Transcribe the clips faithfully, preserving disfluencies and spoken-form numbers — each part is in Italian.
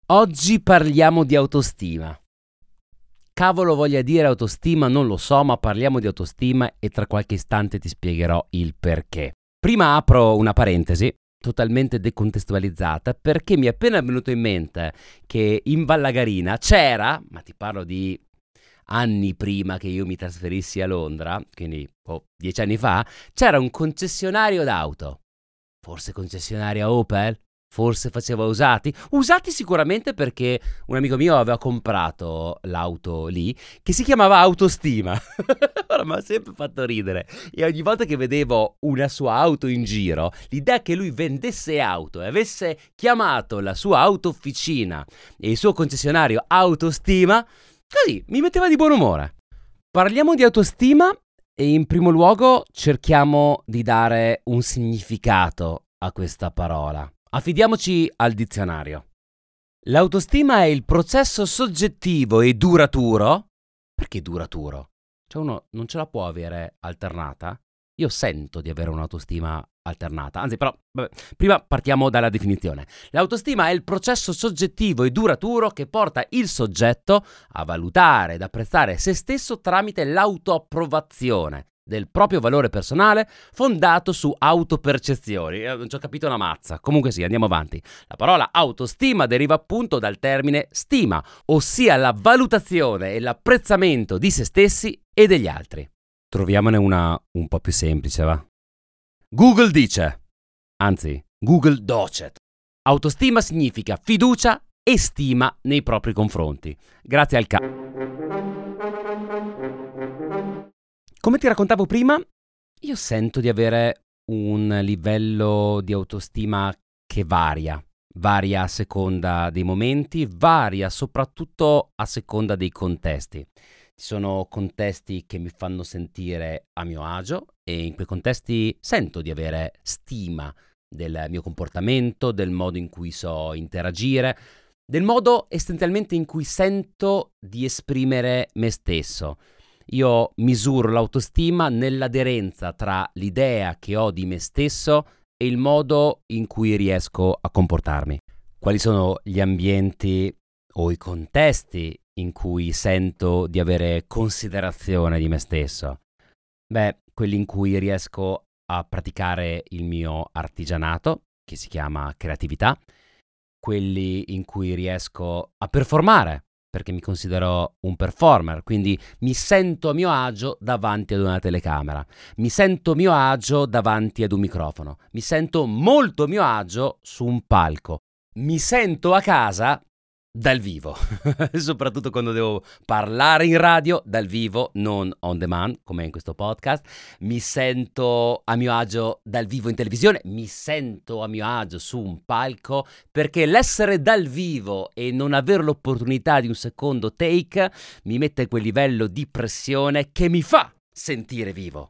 Oggi parliamo di autostima. Cavolo voglia dire autostima, non lo so, ma parliamo di autostima e tra qualche istante ti spiegherò il perché. Prima apro una parentesi totalmente decontestualizzata perché mi è appena venuto in mente che in Vallagarina c'era, ma ti parlo di anni prima che io mi trasferissi a Londra, quindi oh, dieci anni fa, c'era un concessionario d'auto. Forse concessionaria Opel? Forse faceva usati? Usati sicuramente perché un amico mio aveva comprato l'auto lì che si chiamava Autostima. Ora mi ha sempre fatto ridere. E ogni volta che vedevo una sua auto in giro, l'idea che lui vendesse auto e avesse chiamato la sua autofficina e il suo concessionario Autostima, così mi metteva di buon umore. Parliamo di autostima e in primo luogo cerchiamo di dare un significato a questa parola. Affidiamoci al dizionario. L'autostima è il processo soggettivo e duraturo. Perché duraturo? Cioè uno non ce la può avere alternata? Io sento di avere un'autostima alternata. Anzi, però, vabbè, prima partiamo dalla definizione. L'autostima è il processo soggettivo e duraturo che porta il soggetto a valutare ed apprezzare se stesso tramite l'autoapprovazione del proprio valore personale fondato su autopercezioni. Eh, non ci ho capito una mazza. Comunque sì, andiamo avanti. La parola autostima deriva appunto dal termine stima, ossia la valutazione e l'apprezzamento di se stessi e degli altri. Troviamone una un po' più semplice, va? Google dice, anzi, Google docet, autostima significa fiducia e stima nei propri confronti. Grazie al ca... Come ti raccontavo prima, io sento di avere un livello di autostima che varia. Varia a seconda dei momenti, varia soprattutto a seconda dei contesti. Ci sono contesti che mi fanno sentire a mio agio e in quei contesti sento di avere stima del mio comportamento, del modo in cui so interagire, del modo essenzialmente in cui sento di esprimere me stesso. Io misuro l'autostima nell'aderenza tra l'idea che ho di me stesso e il modo in cui riesco a comportarmi. Quali sono gli ambienti o i contesti in cui sento di avere considerazione di me stesso? Beh, quelli in cui riesco a praticare il mio artigianato, che si chiama creatività, quelli in cui riesco a performare, perché mi considero un performer, quindi mi sento a mio agio davanti ad una telecamera, mi sento a mio agio davanti ad un microfono, mi sento molto a mio agio su un palco, mi sento a casa dal vivo, soprattutto quando devo parlare in radio dal vivo, non on demand come in questo podcast. Mi sento a mio agio dal vivo in televisione, mi sento a mio agio su un palco, perché l'essere dal vivo e non avere l'opportunità di un secondo take mi mette a quel livello di pressione che mi fa sentire vivo.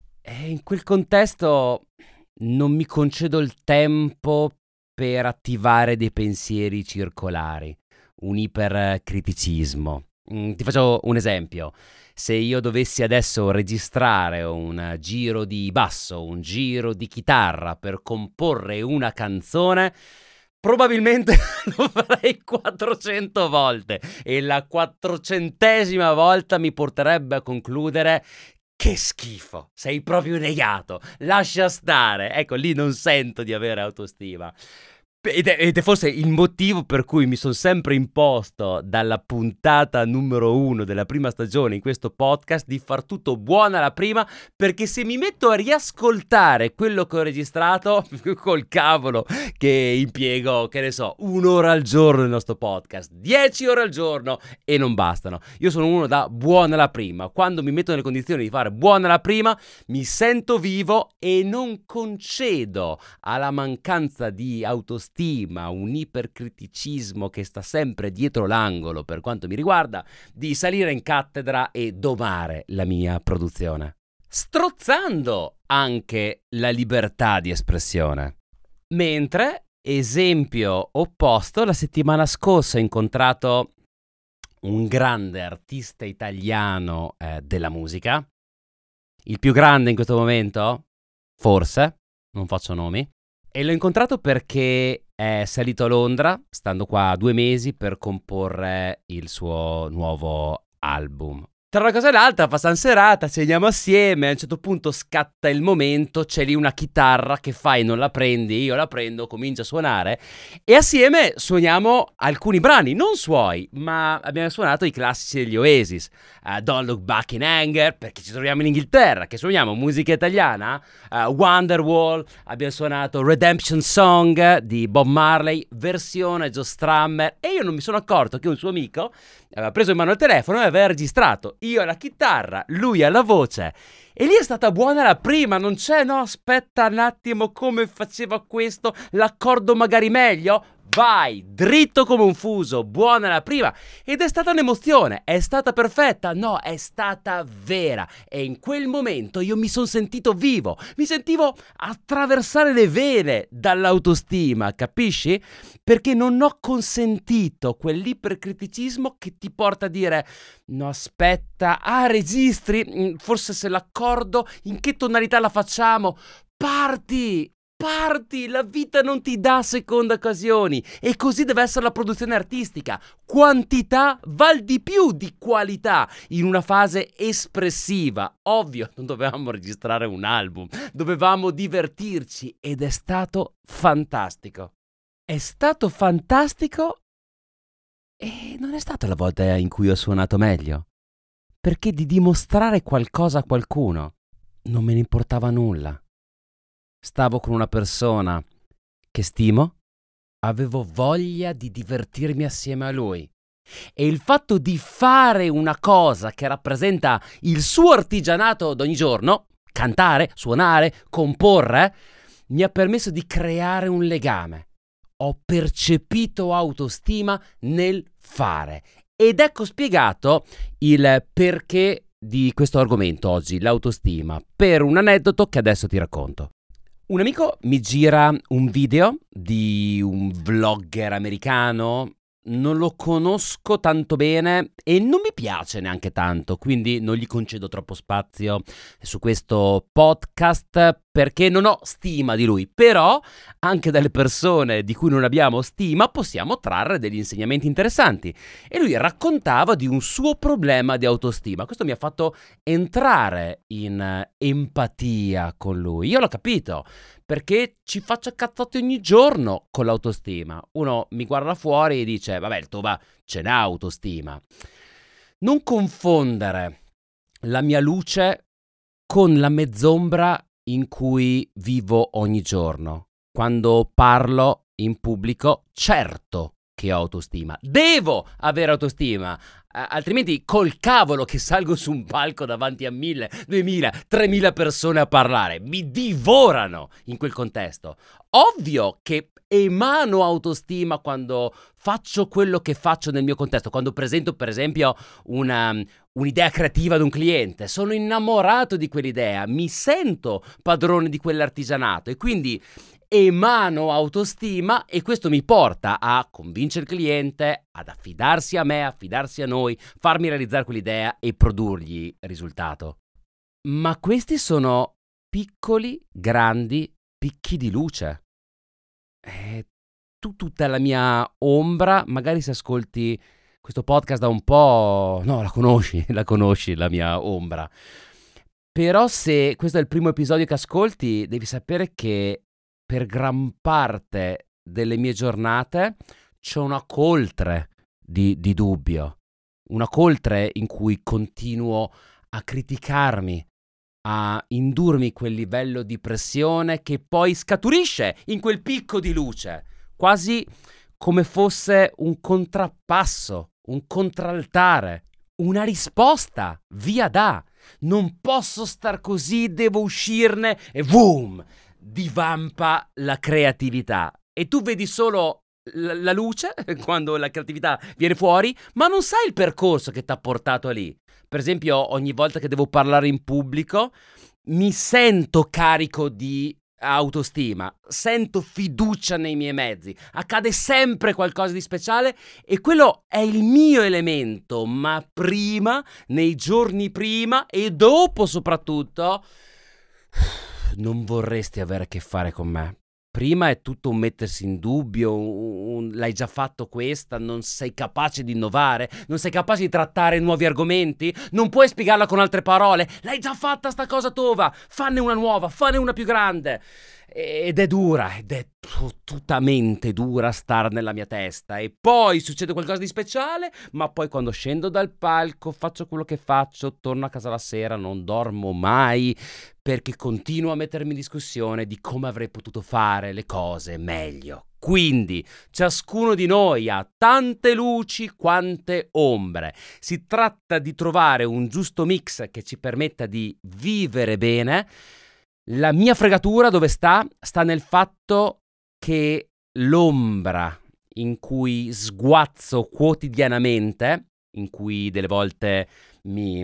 E in quel contesto non mi concedo il tempo per attivare dei pensieri circolari, un ipercriticismo. Mm, ti faccio un esempio. Se io dovessi adesso registrare un giro di basso, un giro di chitarra per comporre una canzone, probabilmente lo farei quattrocento volte e la quattrocentesima volta mi porterebbe a concludere: che schifo, sei proprio negato, lascia stare. Ecco, lì non sento di avere autostima. Ed è, ed è forse il motivo per cui mi sono sempre imposto dalla puntata numero uno della prima stagione in questo podcast di far tutto buona alla prima, perché se mi metto a riascoltare quello che ho registrato, col cavolo che impiego, che ne so, un'ora al giorno nel nostro podcast, dieci ore al giorno e non bastano. Io sono uno da buona alla prima. Quando mi metto nelle condizioni di fare buona alla prima, mi sento vivo e non concedo alla mancanza di autostima, un ipercriticismo che sta sempre dietro l'angolo per quanto mi riguarda, di salire in cattedra e domare la mia produzione, strozzando anche la libertà di espressione. Mentre, esempio opposto, la settimana scorsa ho incontrato un grande artista italiano eh, della musica, il più grande in questo momento, forse, non faccio nomi, E l'ho incontrato perché è salito a Londra, stando qua due mesi, per comporre il suo nuovo album. Tra una cosa e l'altra, passiamo serata, ceniamo assieme, a un certo punto scatta il momento, c'è lì una chitarra, che fai, non la prendi, io la prendo, comincio a suonare e assieme suoniamo alcuni brani, non suoi, ma abbiamo suonato i classici degli Oasis, uh, Don't Look Back in Anger, perché ci troviamo in Inghilterra, che suoniamo musica italiana, uh, Wonderwall, abbiamo suonato Redemption Song di Bob Marley, versione Joe Strummer, e io non mi sono accorto che un suo amico aveva preso in mano il telefono e aveva registrato, io alla chitarra, lui alla voce, e lì è stata buona la prima, non c'è, no, aspetta un attimo, come faceva questo, l'accordo magari meglio, vai, dritto come un fuso, buona la prima, ed è stata un'emozione, è stata perfetta, no, è stata vera, e in quel momento io mi sono sentito vivo, mi sentivo attraversare le vene dall'autostima, capisci? Perché non ho consentito quell'ipercriticismo che ti porta a dire no, aspetta, ah, registri, forse se l'accordo, in che tonalità la facciamo? Parti! Parti! La vita non ti dà seconde occasioni e così deve essere la produzione artistica. Quantità val di più di qualità in una fase espressiva. Ovvio, non dovevamo registrare un album, dovevamo divertirci ed è stato fantastico. È stato fantastico e non è stata la volta in cui ho suonato meglio, perché di dimostrare qualcosa a qualcuno non me ne importava nulla. Stavo con una persona che stimo, avevo voglia di divertirmi assieme a lui e il fatto di fare una cosa che rappresenta il suo artigianato d'ogni giorno, cantare, suonare, comporre, mi ha permesso di creare un legame. Ho percepito autostima nel fare ed ecco spiegato il perché di questo argomento oggi, l'autostima, per un aneddoto che adesso ti racconto. Un amico mi gira un video di un vlogger americano, non lo conosco tanto bene e non mi piace neanche tanto, quindi non gli concedo troppo spazio su questo podcast perché non ho stima di lui, però anche dalle persone di cui non abbiamo stima possiamo trarre degli insegnamenti interessanti e lui raccontava di un suo problema di autostima. Questo mi ha fatto entrare in empatia con lui. Io l'ho capito perché ci faccio cazzotti ogni giorno con l'autostima. Uno mi guarda fuori e dice vabbè, il Tova ce n'ha autostima. Non confondere la mia luce con la mezz'ombra in cui vivo ogni giorno. Quando parlo in pubblico, certo che ho autostima. Devo avere autostima, eh, altrimenti col cavolo che salgo su un palco davanti a mille, duemila, tremila persone a parlare. Mi divorano in quel contesto. Ovvio che emano autostima quando faccio quello che faccio nel mio contesto, quando presento per esempio una, un'idea creativa ad un cliente, sono innamorato di quell'idea, mi sento padrone di quell'artigianato e quindi emano autostima e questo mi porta a convincere il cliente, ad affidarsi a me, affidarsi a noi, farmi realizzare quell'idea e produrgli risultato. Ma questi sono piccoli, grandi picchi di luce. E tu tutta la mia ombra, magari se ascolti questo podcast da un po', no, la conosci, la conosci la mia ombra. Però se questo è il primo episodio che ascolti, devi sapere che per gran parte delle mie giornate c'è una coltre di, di dubbio, una coltre in cui continuo a criticarmi, a indurmi quel livello di pressione che poi scaturisce in quel picco di luce, quasi come fosse un contrappasso, un contraltare, una risposta via da. Non posso star così, devo uscirne e boom! Divampa la creatività. E tu vedi solo la, la luce quando la creatività viene fuori, ma non sai il percorso che ti ha portato lì. Per esempio, ogni volta che devo parlare in pubblico, mi sento carico di autostima, sento fiducia nei miei mezzi, accade sempre qualcosa di speciale e quello è il mio elemento, ma prima, nei giorni prima e dopo soprattutto, non vorresti avere a che fare con me, prima è tutto un mettersi in dubbio, un, un- l'hai già fatto questa, non sei capace di innovare, non sei capace di trattare nuovi argomenti, non puoi spiegarla con altre parole, l'hai già fatta sta cosa tova, fanne una nuova, fanne una più grande. Ed è dura, ed è fottutamente dura star nella mia testa. E poi succede qualcosa di speciale, ma poi quando scendo dal palco, faccio quello che faccio, torno a casa la sera, non dormo mai, perché continuo a mettermi in discussione di come avrei potuto fare le cose meglio. Quindi ciascuno di noi ha tante luci quante ombre. Si tratta di trovare un giusto mix che ci permetta di vivere bene. La mia fregatura dove sta? Sta nel fatto che l'ombra in cui sguazzo quotidianamente, in cui delle volte mi,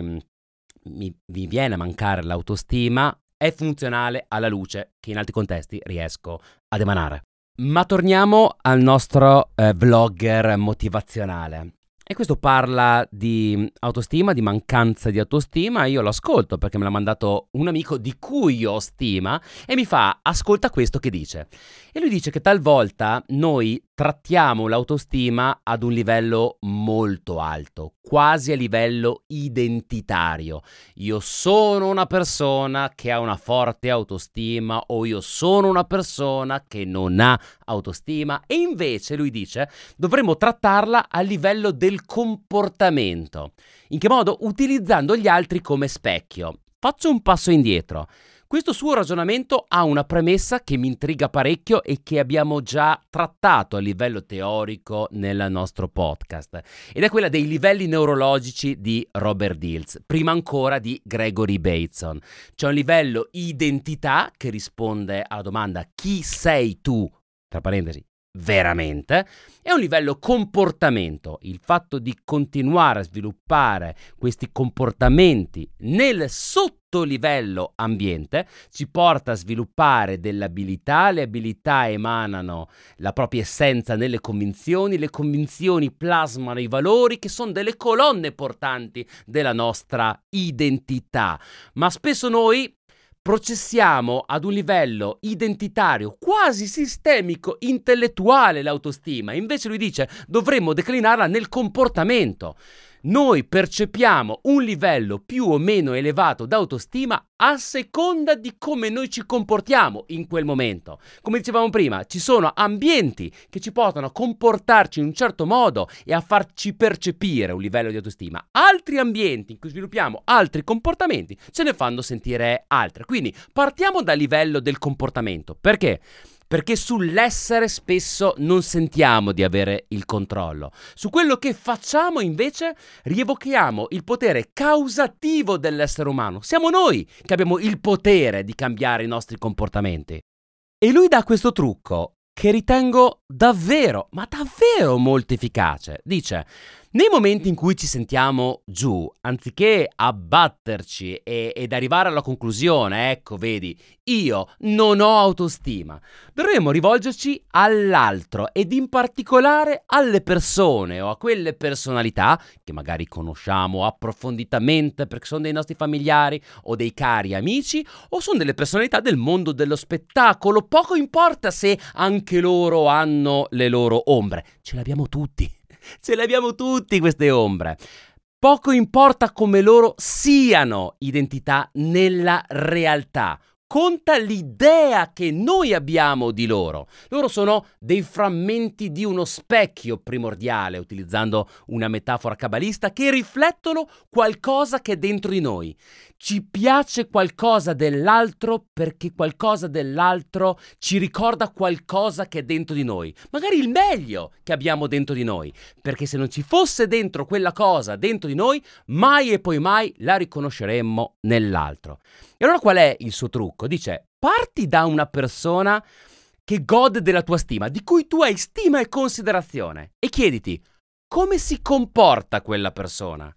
mi, mi viene a mancare l'autostima, è funzionale alla luce che in altri contesti riesco ad emanare. Ma torniamo al nostro eh, vlogger motivazionale. E questo parla di autostima, di mancanza di autostima. Io lo ascolto perché me l'ha mandato un amico di cui io ho stima e mi fa: ascolta questo che dice. E lui dice che talvolta noi trattiamo l'autostima ad un livello molto alto, quasi a livello identitario. Io sono una persona che ha una forte autostima, o io sono una persona che non ha autostima, e invece lui dice dovremmo trattarla a livello del comportamento. In che modo? Utilizzando gli altri come specchio. Faccio un passo indietro. Questo suo ragionamento ha una premessa che mi intriga parecchio e che abbiamo già trattato a livello teorico nel nostro podcast, ed è quella dei livelli neurologici di Robert Dilts, prima ancora di Gregory Bateson. C'è un livello identità che risponde alla domanda chi sei tu, tra parentesi, veramente, è un livello comportamento, il fatto di continuare a sviluppare questi comportamenti nel sottolivello ambiente ci porta a sviluppare delle abilità, le abilità emanano la propria essenza nelle convinzioni, le convinzioni plasmano i valori che sono delle colonne portanti della nostra identità, ma spesso noi processiamo ad un livello identitario, quasi sistemico, intellettuale l'autostima. Invece lui dice dovremmo declinarla nel comportamento. Noi percepiamo un livello più o meno elevato d'autostima a seconda di come noi ci comportiamo in quel momento. Come dicevamo prima, ci sono ambienti che ci portano a comportarci in un certo modo e a farci percepire un livello di autostima. Altri ambienti in cui sviluppiamo altri comportamenti ce ne fanno sentire altre. Quindi partiamo dal livello del comportamento. Perché? Perché sull'essere spesso non sentiamo di avere il controllo. Su quello che facciamo invece rievochiamo il potere causativo dell'essere umano. Siamo noi che abbiamo il potere di cambiare i nostri comportamenti. E lui dà questo trucco che ritengo davvero, ma davvero molto efficace. Dice: nei momenti in cui ci sentiamo giù, anziché abbatterci e, ed arrivare alla conclusione, ecco, vedi, io non ho autostima, dovremmo rivolgerci all'altro ed in particolare alle persone o a quelle personalità che magari conosciamo approfonditamente perché sono dei nostri familiari o dei cari amici o sono delle personalità del mondo dello spettacolo. Poco importa se anche loro hanno le loro ombre, ce le abbiamo tutti. Ce le abbiamo tutti queste ombre. Poco importa come loro siano identità nella realtà. Conta l'idea che noi abbiamo di loro. Loro sono dei frammenti di uno specchio primordiale, utilizzando una metafora cabalista, che riflettono qualcosa che è dentro di noi. Ci piace qualcosa dell'altro perché qualcosa dell'altro ci ricorda qualcosa che è dentro di noi. Magari il meglio che abbiamo dentro di noi. Perché se non ci fosse dentro quella cosa dentro di noi, mai e poi mai la riconosceremmo nell'altro. E allora qual è il suo trucco? Dice: parti da una persona che gode della tua stima, di cui tu hai stima e considerazione, e chiediti come si comporta quella persona.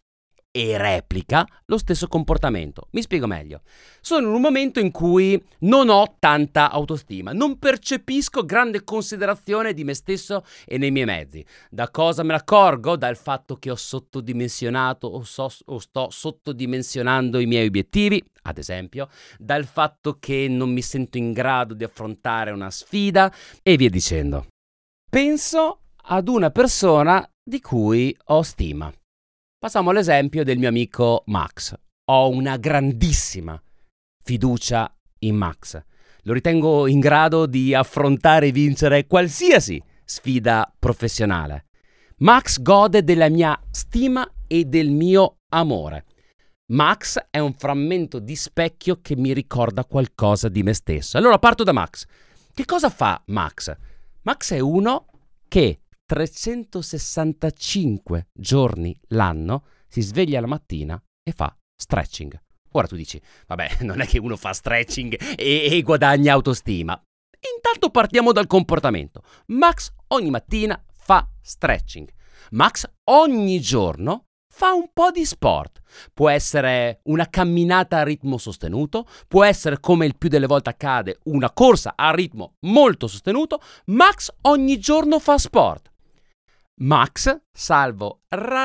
e replica lo stesso comportamento. Mi spiego meglio. Sono in un momento in cui non ho tanta autostima, non percepisco grande considerazione di me stesso e nei miei mezzi. Da cosa me ne accorgo? Dal fatto che ho sottodimensionato o, so, o sto sottodimensionando i miei obiettivi, ad esempio, dal fatto che non mi sento in grado di affrontare una sfida e via dicendo. Penso ad una persona di cui ho stima. Passiamo all'esempio del mio amico Max. Ho una grandissima fiducia in Max. Lo ritengo in grado di affrontare e vincere qualsiasi sfida professionale. Max gode della mia stima e del mio amore. Max è un frammento di specchio che mi ricorda qualcosa di me stesso. Allora parto da Max. Che cosa fa Max? Max è uno che trecentosessantacinque giorni l'anno si sveglia la mattina e fa stretching. Ora tu dici, vabbè, non è che uno fa stretching e, e guadagna autostima. Intanto partiamo dal comportamento. Max ogni mattina fa stretching. Max ogni giorno fa un po' di sport. Può essere una camminata a ritmo sostenuto, può essere, come il più delle volte accade, una corsa a ritmo molto sostenuto. Max ogni giorno fa sport. Max, salvo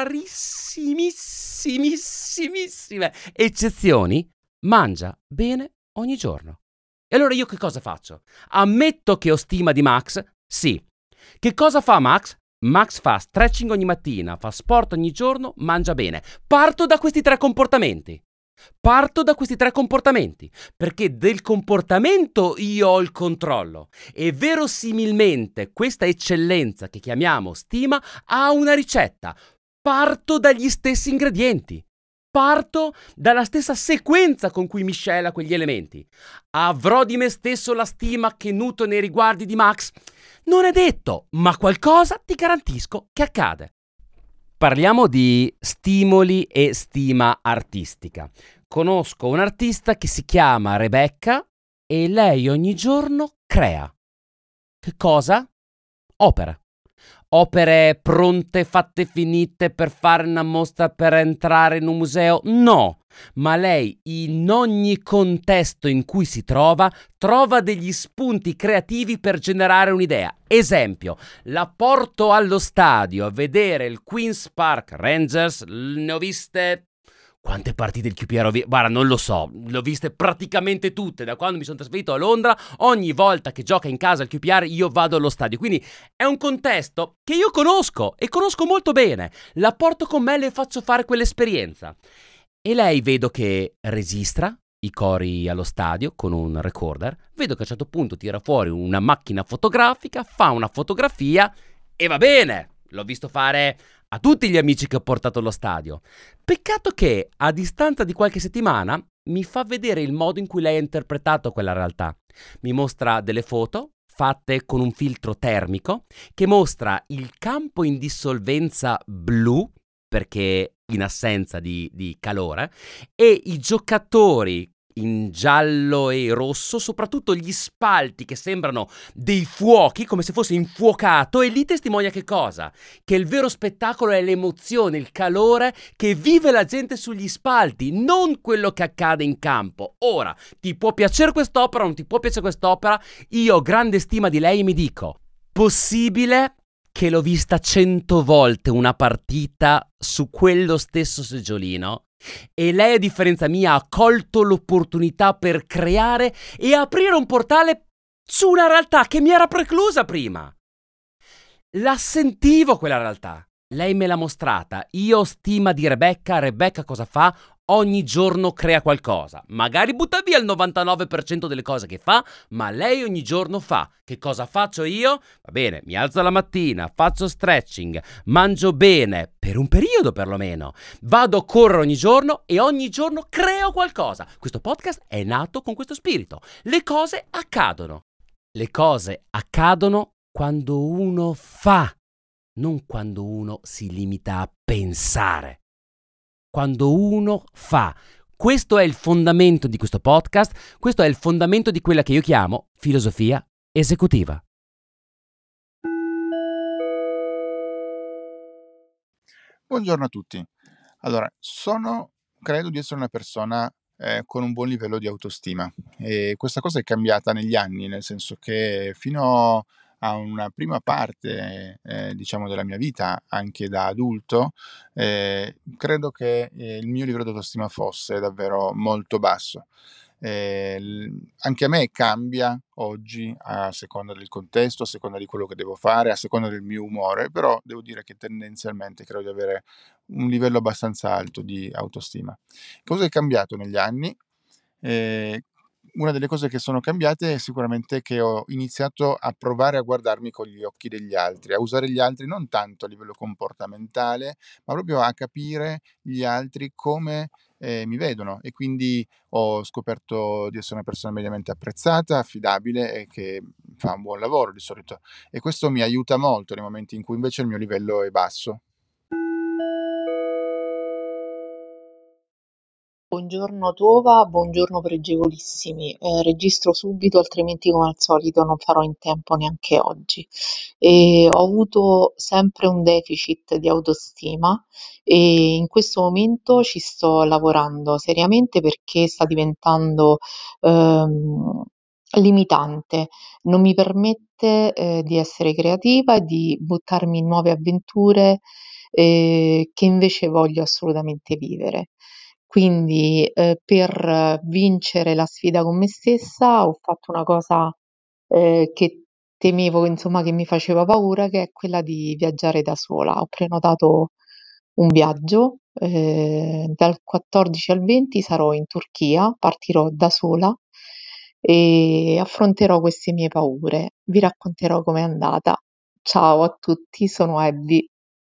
rarissimissimissime eccezioni, mangia bene ogni giorno. E allora io che cosa faccio? Ammetto che ho stima di Max? Sì. Che cosa fa Max? Max fa stretching ogni mattina, fa sport ogni giorno, mangia bene. Parto da questi tre comportamenti. Parto da questi tre comportamenti, perché del comportamento io ho il controllo e verosimilmente questa eccellenza che chiamiamo stima ha una ricetta. Parto dagli stessi ingredienti. Parto dalla stessa sequenza con cui miscela quegli elementi. Avrò di me stesso la stima che nutro nei riguardi di Max? Non è detto, ma qualcosa ti garantisco che accade. Parliamo di stimoli e stima artistica. Conosco un'artista che si chiama Rebecca e lei ogni giorno crea. Che cosa? Opere. Opere pronte, fatte, finite per fare una mostra, per entrare in un museo? No, ma lei in ogni contesto in cui si trova, trova degli spunti creativi per generare un'idea. Esempio, la porto allo stadio a vedere il Queen's Park Rangers, ne ho viste... Quante partite il Q P R ho visto? Guarda, non lo so, le ho viste praticamente tutte da quando mi sono trasferito a Londra. Ogni volta che gioca in casa il Q P R io vado allo stadio, quindi è un contesto che io conosco e conosco molto bene. La porto con me e le faccio fare quell'esperienza. E lei vedo che registra i cori allo stadio con un recorder, vedo che a un certo punto tira fuori una macchina fotografica, fa una fotografia e va bene. L'ho visto fare a tutti gli amici che ho portato allo stadio. Peccato che, a distanza di qualche settimana, mi fa vedere il modo in cui lei ha interpretato quella realtà. Mi mostra delle foto fatte con un filtro termico che mostra il campo in dissolvenza blu, perché in assenza di, di calore, e i giocatori in giallo e rosso, soprattutto gli spalti che sembrano dei fuochi, come se fosse infuocato, e lì testimonia che cosa? Che il vero spettacolo è l'emozione, il calore che vive la gente sugli spalti, non quello che accade in campo. Ora, ti può piacere quest'opera o non ti può piacere quest'opera, io ho grande stima di lei e mi dico, possibile che l'ho vista cento volte una partita su quello stesso seggiolino? E lei, a differenza mia, ha colto l'opportunità per creare e aprire un portale su una realtà che mi era preclusa prima. La sentivo quella realtà. Lei me l'ha mostrata. Io ho stima di Rebecca. Rebecca cosa fa? Ogni giorno crea qualcosa. Magari butta via il novantanove per cento delle cose che fa, ma lei ogni giorno fa. Che cosa faccio io? Va bene, mi alzo la mattina, faccio stretching, mangio bene, per un periodo perlomeno. Vado a correre ogni giorno e ogni giorno creo qualcosa. Questo podcast è nato con questo spirito. Le cose accadono. Le cose accadono quando uno fa, non quando uno si limita a pensare. Quando uno fa. Questo è il fondamento di questo podcast, questo è il fondamento di quella che io chiamo filosofia esecutiva. Buongiorno a tutti. Allora, sono credo di essere una persona, ehm, con un buon livello di autostima, e questa cosa è cambiata negli anni, nel senso che fino a una prima parte, ehm, diciamo della mia vita, anche da adulto, ehm, credo che, ehm, il mio livello di autostima fosse davvero molto basso. Ehm, l Anche a me cambia oggi a seconda del contesto, a seconda di quello che devo fare, a seconda del mio umore, però devo dire che tendenzialmente credo di avere un livello abbastanza alto di autostima. Cosa è cambiato negli anni? Ehm, una delle cose che sono cambiate è sicuramente che ho iniziato a provare a guardarmi con gli occhi degli altri, a usare gli altri non tanto a livello comportamentale, ma proprio a capire gli altri come, ehm, mi vedono, e quindi ho scoperto di essere una persona mediamente apprezzata, affidabile e che fa un buon lavoro di solito, e questo mi aiuta molto nei momenti in cui invece il mio livello è basso. Buongiorno Tova, buongiorno pregevolissimi. Eh, registro subito, altrimenti come al solito non farò in tempo neanche oggi. E ho avuto sempre un deficit di autostima e in questo momento ci sto lavorando seriamente perché sta diventando ehm, limitante. Non mi permette eh, di essere creativa e di buttarmi in nuove avventure eh, che invece voglio assolutamente vivere. Quindi, ehm, per vincere la sfida con me stessa ho fatto una cosa, ehm, che temevo, insomma, che mi faceva paura, che è quella di viaggiare da sola. Ho prenotato un viaggio, ehm, dal quattordici al venti sarò in Turchia, partirò da sola e affronterò queste mie paure. Vi racconterò com'è andata. Ciao a tutti, sono Abby.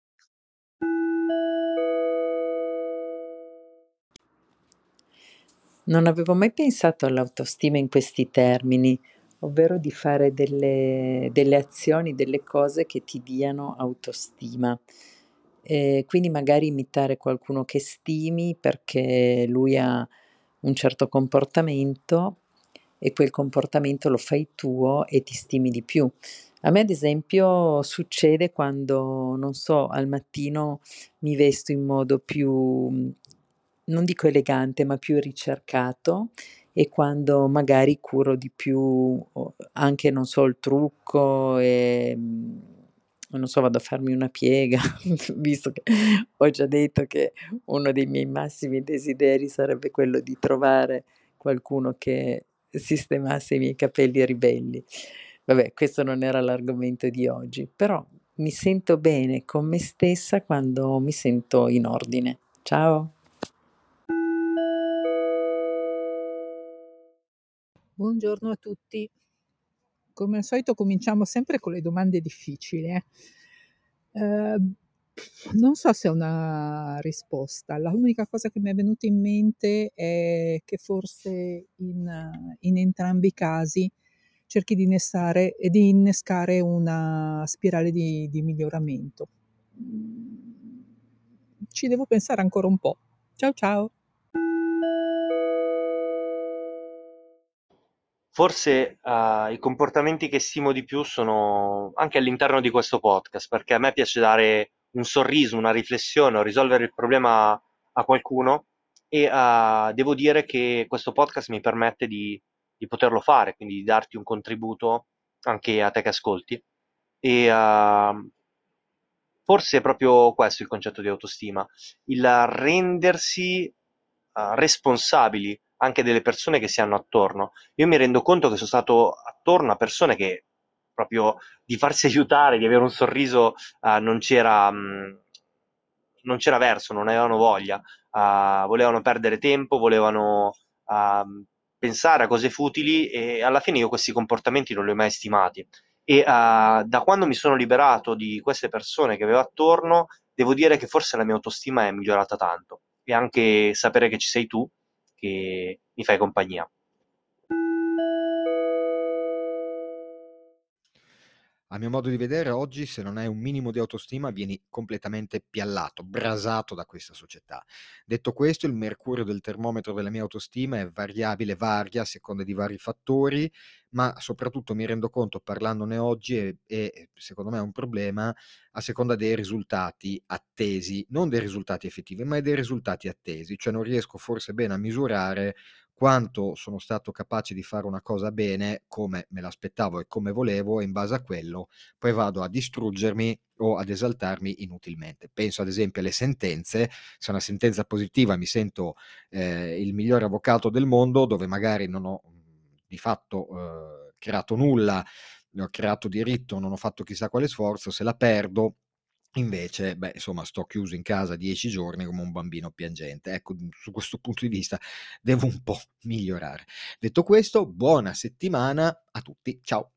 Non avevo mai pensato all'autostima in questi termini, ovvero di fare delle, delle azioni, delle cose che ti diano autostima. E quindi magari imitare qualcuno che stimi perché lui ha un certo comportamento e quel comportamento lo fai tuo e ti stimi di più. A me, ad esempio, succede quando, non so, al mattino mi vesto in modo più, non dico elegante, ma più ricercato, e quando magari curo di più o anche, non so, il trucco e, mhmm, non so, vado a farmi una piega, visto che ho già detto che uno dei miei massimi desideri sarebbe quello di trovare qualcuno che sistemasse i miei capelli ribelli. Vabbè, questo non era l'argomento di oggi, però mi sento bene con me stessa quando mi sento in ordine. Ciao. Buongiorno a tutti. Come al solito cominciamo sempre con le domande difficili, eh. Ehm, Non so se ho una risposta. La unica cosa che mi è venuta in mente è che forse in in entrambi i casi cerchi di innestare e di innescare una spirale di di miglioramento. Mhmm, Ci devo pensare ancora un po'. Ciao, ciao. Forse, uhm, i comportamenti che stimo di più sono anche all'interno di questo podcast, perché a me piace dare un sorriso, una riflessione o risolvere il problema a qualcuno e, uhm, devo dire che questo podcast mi permette di di poterlo fare, quindi di darti un contributo anche a te che ascolti. E, uhm, forse è proprio questo il concetto di autostima, il rendersi, uhm, responsabili anche delle persone che si hanno attorno. Io mi rendo conto che so stato attorno a persone che proprio di farsi aiutare, di avere un sorriso, uhm, non c'era mhmm, non c'era verso, non avevano voglia, uhm, volevano perdere tempo, volevano, uhm, pensare a cose futili, e alla fine io questi comportamenti non li ho mai stimati. E, uhm, da quando mi sono liberato di queste persone che avevo attorno, devo dire che forse la mia autostima è migliorata tanto, e anche sapere che ci sei tu, che mi fai compagnia. A mio modo di vedere, oggi, se non hai un minimo di autostima, vieni completamente piallato, brasato da questa società. Detto questo, il mercurio del termometro della mia autostima è variabile, varia a seconda di vari fattori, ma soprattutto mi rendo conto, parlandone oggi, e, e secondo me è un problema, a seconda dei risultati attesi, non dei risultati effettivi, ma dei risultati attesi. Cioè non riesco forse bene a misurare quanto sono stato capace di fare una cosa bene, come me l'aspettavo e come volevo, e in base a quello poi vado a distruggermi o ad esaltarmi inutilmente. Penso ad esempio alle sentenze. Se una sentenza positiva mi sento eh, il migliore avvocato del mondo, dove magari non ho mh, di fatto eh, creato nulla, ne ho creato diritto, non ho fatto chissà quale sforzo. Se la perdo, invece, beh, insomma, sto chiuso in casa dieci giorni come un bambino piangente. Ecco, su questo punto di vista devo un po' migliorare. Detto questo, buona settimana a tutti. Ciao.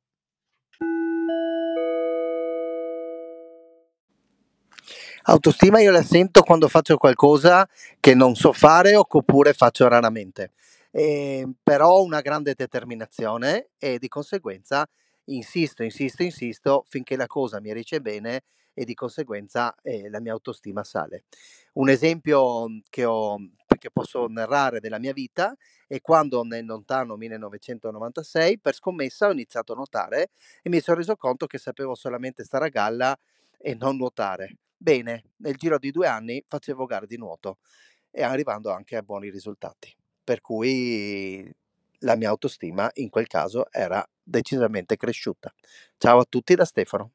Autostima io la sento quando faccio qualcosa che non so fare o oppure faccio raramente, eh, però ho una grande determinazione e di conseguenza insisto, insisto, insisto finché la cosa mi riesce bene e di conseguenza eh, la mia autostima sale. Un esempio che, ho, che posso narrare della mia vita è quando nel lontano millenovecentonovantasei per scommessa ho iniziato a nuotare e mi sono reso conto che sapevo solamente stare a galla e non nuotare. Bene, nel giro di due anni facevo gare di nuoto e arrivando anche a buoni risultati. Per cui la mia autostima in quel caso era decisamente cresciuta. Ciao a tutti da Stefano.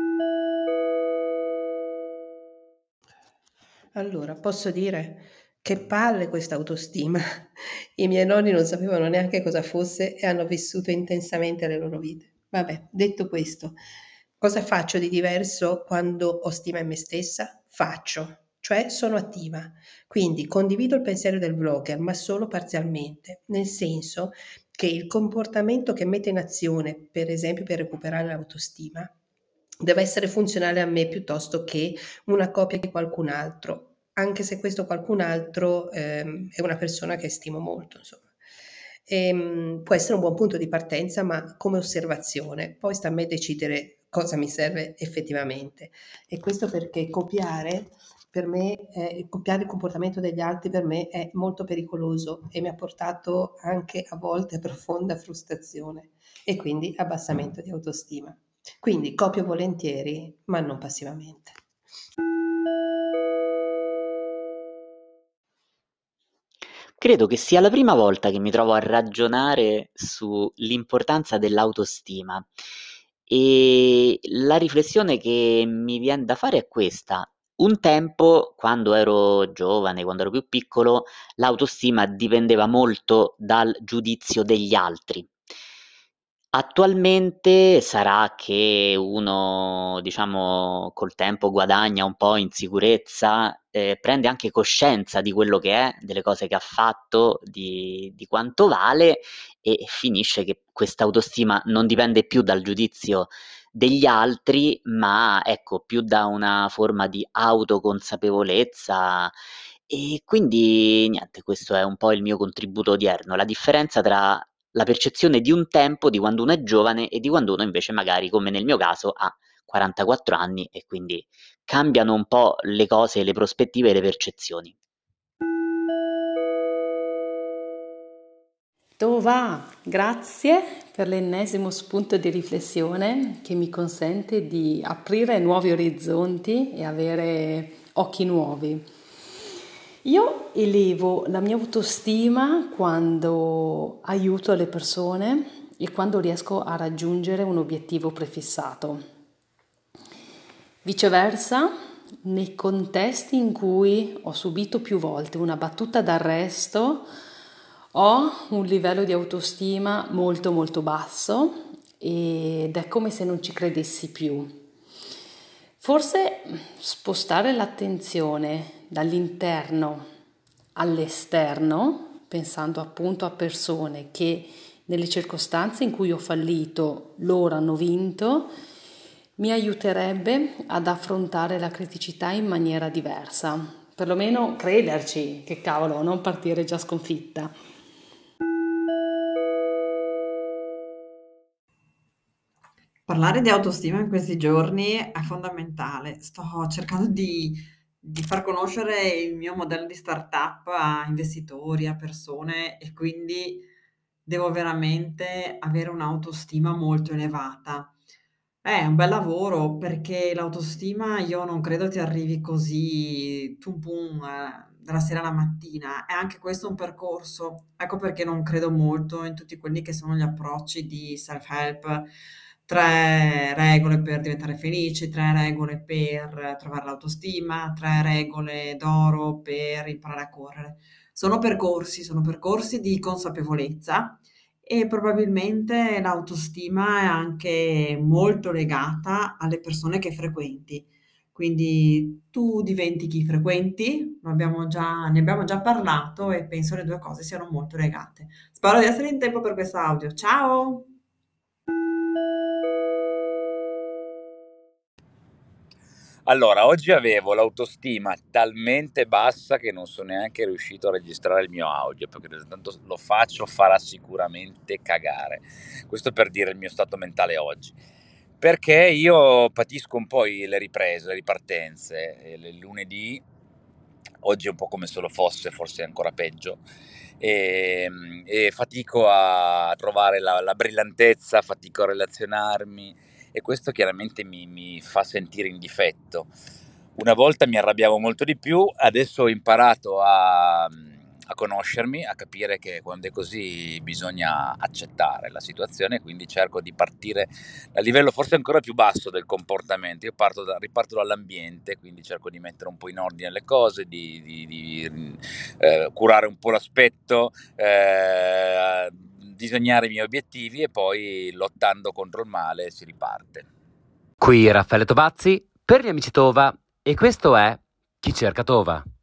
Allora, posso dire che palle questa autostima. I miei nonni non sapevano neanche cosa fosse e hanno vissuto intensamente le loro vite. Vabbè, detto questo, cosa faccio di diverso quando ho stima in me stessa? Faccio, cioè sono attiva. Quindi condivido il pensiero del blogger, ma solo parzialmente, nel senso che il comportamento che mette in azione, per esempio per recuperare l'autostima, deve essere funzionale a me piuttosto che una copia di qualcun altro, anche se questo qualcun altro ehm, è una persona che stimo molto, insomma. Ehm, può essere un buon punto di partenza, ma come osservazione, poi sta a me decidere cosa mi serve effettivamente. E questo perché copiare per me, eh, copiare il comportamento degli altri per me è molto pericoloso e mi ha portato anche a volte a profonda frustrazione e quindi abbassamento di autostima. Quindi copio volentieri, ma non passivamente. Credo che sia la prima volta che mi trovo a ragionare sull'importanza dell'autostima e la riflessione che mi viene da fare è questa. Un tempo, quando ero giovane, quando ero più piccolo, l'autostima dipendeva molto dal giudizio degli altri. Attualmente sarà che uno, diciamo, col tempo guadagna un po' in sicurezza, eh, prende anche coscienza di quello che è, delle cose che ha fatto, di, di quanto vale e finisce che questa autostima non dipende più dal giudizio degli altri, ma ecco, più da una forma di autoconsapevolezza. E quindi niente, questo è un po' il mio contributo odierno, la differenza tra la percezione di un tempo, di quando uno è giovane e di quando uno invece magari, come nel mio caso, ha quarantaquattro anni e quindi cambiano un po' le cose, le prospettive e le percezioni. Tova, grazie per l'ennesimo spunto di riflessione che mi consente di aprire nuovi orizzonti e avere occhi nuovi. Io elevo la mia autostima quando aiuto le persone e quando riesco a raggiungere un obiettivo prefissato. Viceversa, nei contesti in cui ho subito più volte una battuta d'arresto, ho un livello di autostima molto molto basso ed è come se non ci credessi più. Forse spostare l'attenzione dall'interno all'esterno, pensando appunto a persone che nelle circostanze in cui ho fallito loro hanno vinto, mi aiuterebbe ad affrontare la criticità in maniera diversa. Perlomeno crederci, che cavolo, non partire già sconfitta. Parlare di autostima in questi giorni è fondamentale. Sto cercando di, di far conoscere il mio modello di startup a investitori, a persone e quindi devo veramente avere un'autostima molto elevata. È un bel lavoro perché l'autostima io non credo ti arrivi così tum pum, eh, dalla sera alla mattina. È anche questo un percorso. Ecco perché non credo molto in tutti quelli che sono gli approcci di self-help. Tre regole per diventare felici, tre regole per trovare l'autostima, tre regole d'oro per imparare a correre. Sono percorsi, sono percorsi di consapevolezza e probabilmente l'autostima è anche molto legata alle persone che frequenti. Quindi tu diventi chi frequenti, lo abbiamo già- ne abbiamo già parlato e penso le due cose siano molto legate. Spero di essere in tempo per questo audio. Ciao! Allora, oggi avevo l'autostima talmente bassa che non sono neanche riuscito a registrare il mio audio, perché tanto lo faccio farà sicuramente cagare. Questo per dire il mio stato mentale oggi. Perché io patisco un po' i- le riprese, le ripartenze, e il lunedì, oggi è un po' come se lo fosse, forse è ancora peggio, e, e fatico a trovare la, la brillantezza, fatico a relazionarmi, e questo chiaramente mi, mi fa sentire in difetto. Una volta mi arrabbiavo molto di più, adesso ho imparato a, a conoscermi, a capire che quando è così bisogna accettare la situazione, quindi cerco di partire a livello forse ancora più basso del comportamento. Io parto da, riparto dall'ambiente, quindi cerco di mettere un po' in ordine le cose, di, di, di eh, curare un po' l'aspetto, eh, disegnare i miei obiettivi e poi lottando contro il male si riparte. Qui Raffaele Tovazzi per gli amici Tova e questo è Chi cerca Tova.